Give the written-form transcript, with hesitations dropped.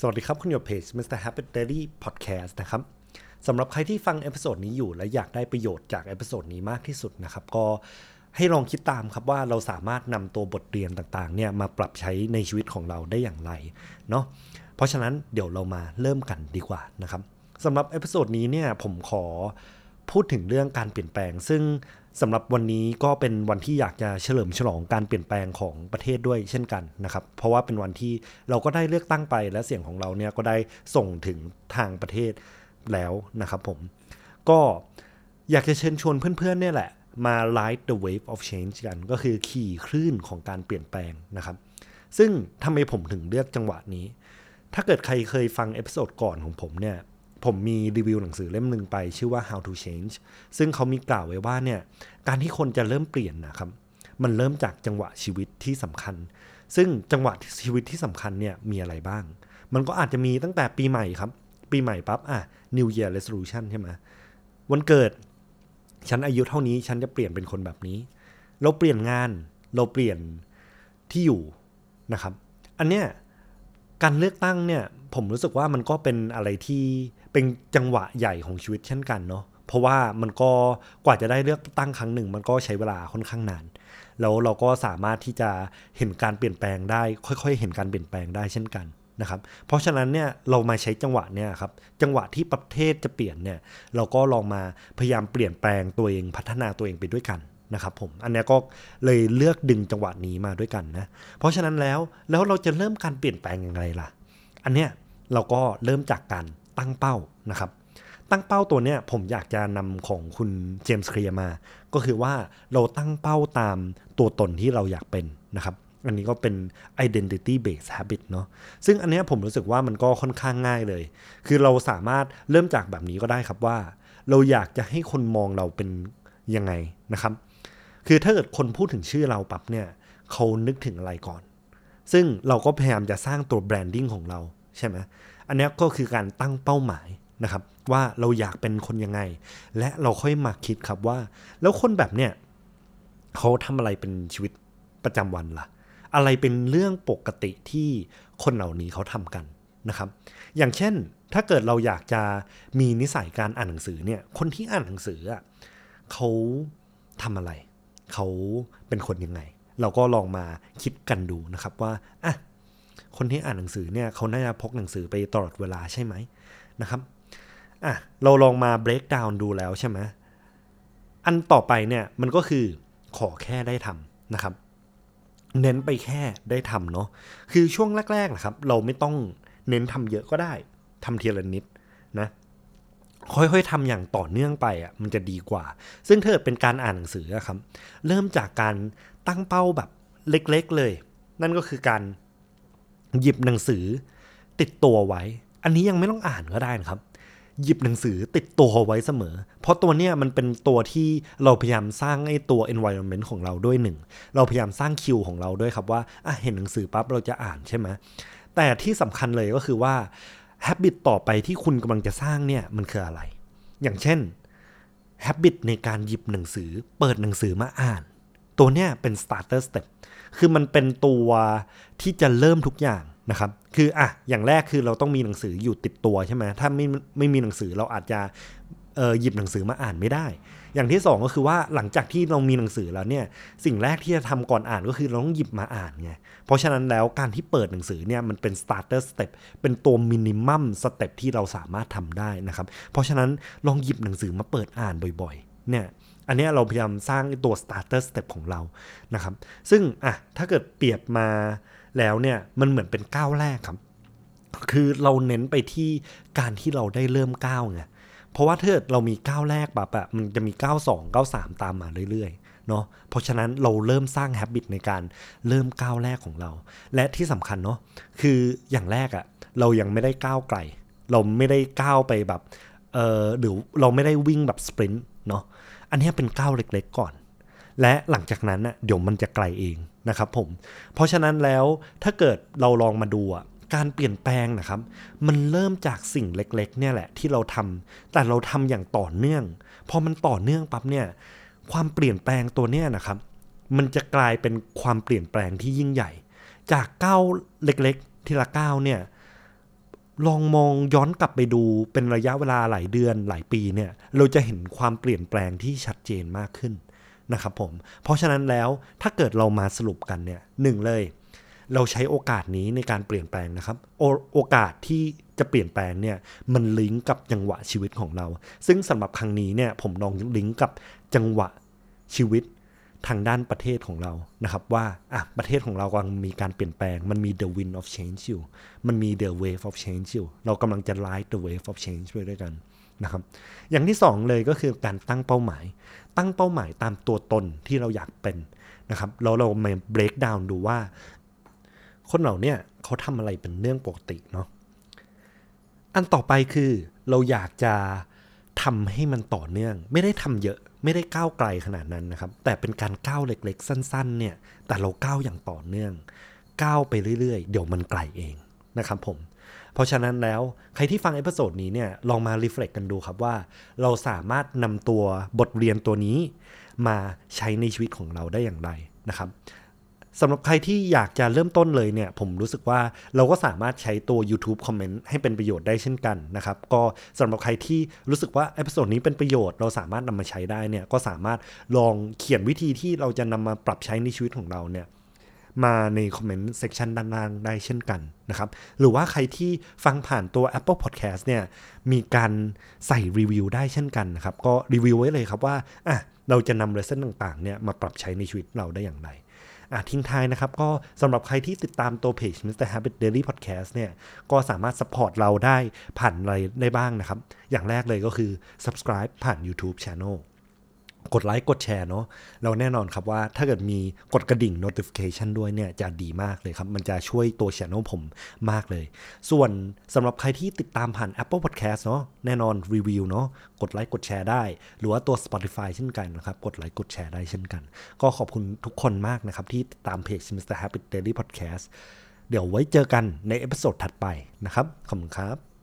สวัสดีครับคุณอยู่เพจ Mr. Happy Daily Podcast นะครับสำหรับใครที่ฟังเอพิโซดนี้อยู่และอยากได้ประโยชน์จากเอพิโซดนี้มากที่สุดนะครับก็ให้ลองคิดตามครับว่าเราสามารถนำตัวบทเรียนต่างๆเนี่ยมาปรับใช้ในชีวิตของเราได้อย่างไรเนาะเพราะฉะนั้นเดี๋ยวเรามาเริ่มกันดีกว่านะครับสำหรับเอพิโซดนี้เนี่ยผมขอพูดถึงเรื่องการเปลี่ยนแปลงซึ่งสำหรับวันนี้ก็เป็นวันที่อยากจะเฉลิมฉลองการเปลี่ยนแปลงของประเทศด้วยเช่นกันนะครับเพราะว่าเป็นวันที่เราก็ได้เลือกตั้งไปและเสียงของเราเนี่ยก็ได้ส่งถึงทางประเทศแล้วนะครับผมก็อยากจะเชิญชวนเพื่อนๆเนี่ยแหละมา ride the wave of change กันก็คือขี่คลื่นของการเปลี่ยนแปลงนะครับซึ่งทำไมผมถึงเลือกจังหวะนี้ถ้าเกิดใครเคยฟังเอพิโซดก่อนของผมเนี่ยผมมีรีวิวหนังสือเล่มนึงไปชื่อว่า How to Change ซึ่งเขามีกล่าวไว้ว่าเนี่ยการที่คนจะเริ่มเปลี่ยนนะครับมันเริ่มจากจังหวะชีวิตที่สำคัญซึ่งจังหวะชีวิตที่สำคัญเนี่ยมีอะไรบ้างมันก็อาจจะมีตั้งแต่ปีใหม่ครับปีใหม่ปั๊บNew Year Resolution ใช่ไหมวันเกิดฉันอายุเท่านี้ฉันจะเปลี่ยนเป็นคนแบบนี้เราเปลี่ยนงานเราเปลี่ยนที่อยู่นะครับอันเนี้ยการเลือกตั้งเนี่ยผมรู้สึกว่ามันก็เป็นอะไรที่เป็นจังหวะใหญ่ของชีวิตเช่นกันเนาะเพราะว่ามันก็กว่าจะได้เลือกตั้งครั้งหนึ่งมันก็ใช้เวลาค่อนข้างนานแล้วเราก็สามารถที่จะเห็นการเปลี่ยนแปลงได้ค่อยๆเห็นการเปลี่ยนแปลงได้เช่นกันนะครับเพราะฉะนั้นเนี่ยเรามาใช้จังหวะเนี่ยครับจังหวะที่ประเทศจะเปลี่ยนเนี่ยเราก็ลองมาพยายามเปลี่ยนแปลงตัวเองพัฒนาตัวเองไปด้วยกันนะครับผมอันนี้ก็เลยเลือกดึงจังหวะนี้มาด้วยกันนะเพราะฉะนั้นแล้วเราจะเริ่มการเปลี่ยนแปลงยังไงล่ะอันเนี้ยเราก็เริ่มจากการตั้งเป้านะครับตั้งเป้าตัวเนี้ยผมอยากจะนำของคุณเจมส์เคลียร์มาก็คือว่าเราตั้งเป้าตามตัวตนที่เราอยากเป็นนะครับอันนี้ก็เป็น identity based habit เนาะซึ่งอันนี้ผมรู้สึกว่ามันก็ค่อนข้างง่ายเลยคือเราสามารถเริ่มจากแบบนี้ก็ได้ครับว่าเราอยากจะให้คนมองเราเป็นยังไงนะครับคือถ้าเกิดคนพูดถึงชื่อเราปั๊บเนี่ยเขานึกถึงอะไรก่อนซึ่งเราก็พยายามจะสร้างตัวแบรนดิ้งของเราใช่ไหมอันนี้ก็คือการตั้งเป้าหมายนะครับว่าเราอยากเป็นคนยังไงและเราค่อยมาคิดครับว่าแล้วคนแบบเนี้ยเขาทำอะไรเป็นชีวิตประจำวันล่ะอะไรเป็นเรื่องปกติที่คนเหล่านี้เขาทำกันนะครับอย่างเช่นถ้าเกิดเราอยากจะมีนิสัยการอ่านหนังสือเนี่ยคนที่อ่านหนังสือเขาทำอะไรเขาเป็นคนยังไงเราก็ลองมาคิดกันดูนะครับว่าคนที่อ่านหนังสือเนี่ยเขาน่าจะพกหนังสือไปตลอดเวลาใช่ไหมนะครับเราลองมา break down ดูแล้วใช่ไหมอันต่อไปเนี่ยมันก็คือขอแค่ได้ทำนะครับเน้นไปแค่ได้ทำเนาะคือช่วงแรกๆนะครับเราไม่ต้องเน้นทำเยอะก็ได้ทำทีละนิดนะค่อยๆทำอย่างต่อเนื่องไปมันจะดีกว่าซึ่งถ้าเป็นการอ่านหนังสือครับเริ่มจากการตั้งเป้าแบบเล็กๆเลยนั่นก็คือการหยิบหนังสือติดตัวไว้อันนี้ยังไม่ต้องอ่านก็ได้นะครับหยิบหนังสือติดตัวไว้เสมอเพราะตัวเนี้ยมันเป็นตัวที่เราพยายามสร้างไอ้ตัว environment ของเราด้วยหนึ่งเราพยายามสร้างคิวของเราด้วยครับว่าเห็นหนังสือปั๊บเราจะอ่านใช่ไหมแต่ที่สำคัญเลยก็คือว่า habit ต่อไปที่คุณกำลังจะสร้างเนี่ยมันคืออะไรอย่างเช่น habit ในการหยิบหนังสือเปิดหนังสือมาอ่านตัวเนี้ยเป็น starter step คือมันเป็นตัวที่จะเริ่มทุกอย่างนะครับคืออย่างแรกคือเราต้องมีหนังสืออยู่ติดตัวใช่ไหมถ้าไม่มีหนังสือเราอาจจะหยิบหนังสือมาอ่านไม่ได้อย่างที่สองก็คือว่าหลังจากที่เรามีหนังสือแล้วเนี่ยสิ่งแรกที่จะทำก่อนอ่านก็คือเราต้องหยิบมาอ่านไงเพราะฉะนั้นแล้วการที่เปิดหนังสือเนี่ยมันเป็น starter step เป็นตัว minimum step ที่เราสามารถทำได้นะครับเพราะฉะนั้นลองหยิบหนังสือมาเปิดอ่านบ่อยๆเนี่ยอันนี้เราพยายามสร้างตัว starter step ของเรานะครับซึ่งถ้าเกิดเปรียบมาแล้วเนี่ยมันเหมือนเป็นก้าวแรกครับคือเราเน้นไปที่การที่เราได้เริ่มก้าวไงเพราะว่าถ้าเรามีก้าวแรกแบบมันจะมีก้าว2ก้าว3ตามมาเรื่อยๆเนาะเพราะฉะนั้นเราเริ่มสร้าง habit ในการเริ่มก้าวแรกของเราและที่สำคัญเนาะคืออย่างแรกเรายังไม่ได้ก้าวไกลเราไม่ได้ก้าวไปแบบหรือเราไม่ได้วิ่งแบบสปรินต์เนาะอันนี้เป็นก้าวเล็กๆก่อนและหลังจากนั้นเดี๋ยวมันจะไกลเองนะครับผมเพราะฉะนั้นแล้วถ้าเกิดเราลองมาดูการเปลี่ยนแปลงนะครับมันเริ่มจากสิ่งเล็กๆเนี่ยแหละที่เราทำแต่เราทำอย่างต่อเนื่องพอมันต่อเนื่องปั๊บเนี่ยความเปลี่ยนแปลงตัวเนี้ยนะครับมันจะกลายเป็นความเปลี่ยนแปลงที่ยิ่งใหญ่จากก้าวเล็กๆทีละก้าวเนี่ยลองมองย้อนกลับไปดูเป็นระยะเวลาหลายเดือนหลายปีเนี่ยเราจะเห็นความเปลี่ยนแปลงที่ชัดเจนมากขึ้นนะครับผมเพราะฉะนั้นแล้วถ้าเกิดเรามาสรุปกันเนี่ยหนึ่งเลยเราใช้โอกาสนี้ในการเปลี่ยนแปลงนะครับโอกาสที่จะเปลี่ยนแปลงเนี่ยมันลิงก์กับจังหวะชีวิตของเราซึ่งสำหรับครั้งนี้เนี่ยผมลองลิงก์กับจังหวะชีวิตทางด้านประเทศของเรานะครับว่าประเทศของเรากำลังมีการเปลี่ยนแปลงมันมี the wind of change อยู่มันมี the wave of change อยู่เรากำลังจะ ride the wave of change ไปด้วยกันนะครับอย่างที่สองเลยก็คือการตั้งเป้าหมายตามตัวตนที่เราอยากเป็นนะครับแล้วเรามา break down ดูว่าคนเหล่านี้เขาทำอะไรเป็นเรื่องปกติเนาะอันต่อไปคือเราอยากจะทำให้มันต่อเนื่องไม่ได้ทำเยอะไม่ได้ก้าวไกลขนาดนั้นนะครับแต่เป็นการก้าวเล็กๆสั้นๆเนี่ยแต่เราก้าวอย่างต่อเนื่องก้าวไปเรื่อยๆเดี๋ยวมันไกลเองนะครับผมเพราะฉะนั้นแล้วใครที่ฟังเอพิโซดนี้เนี่ยลองมารีเฟล็กกันดูครับว่าเราสามารถนำตัวบทเรียนตัวนี้มาใช้ในชีวิตของเราได้อย่างไรนะครับสำหรับใครที่อยากจะเริ่มต้นเลยเนี่ยผมรู้สึกว่าเราก็สามารถใช้ตัว YouTube Comment ให้เป็นประโยชน์ได้เช่นกันนะครับก็สำหรับใครที่รู้สึกว่าเอพิโซดนี้เป็นประโยชน์เราสามารถนำมาใช้ได้เนี่ยก็สามารถลองเขียนวิธีที่เราจะนำมาปรับใช้ในชีวิตของเราเนี่ยมาในคอมเมนต์เซกชันด้านล่างได้เช่นกันนะครับหรือว่าใครที่ฟังผ่านตัว Apple Podcast เนี่ยมีการใส่รีวิวได้เช่นกันนะครับก็รีวิวไว้เลยครับว่าเราจะนำเลสเซ่นต่างๆเนี่ยมาปรับใช้ในชีวิตเราได้อย่างไรทิ้งท้ายนะครับก็สำหรับใครที่ติดตามตัวเพจ Mr. Habit Daily Podcast เนี่ยก็สามารถ support เราได้ผ่านอะไรได้บ้างนะครับอย่างแรกเลยก็คือ subscribe ผ่าน YouTube Channel กดไลค์กดแชร์เนาะเราแน่นอนครับว่าถ้าเกิดมีกดกระดิ่ง notification ด้วยเนี่ยจะดีมากเลยครับมันจะช่วยตัว channel ผมมากเลยส่วนสำหรับใครที่ติดตามผ่าน Apple Podcast เนาะแน่นอนรีวิวเนาะกดไลค์กดแชร์ได้หรือว่าตัว Spotify เช่นกันนะครับกดไลค์กดแชร์ได้เช่นกันก็ขอบคุณทุกคนมากนะครับที่ติดตามเพจ Mr. Habit Daily Podcast เดี๋ยวไว้เจอกันในเอพิโซดถัดไปนะครับขอบคุณครับ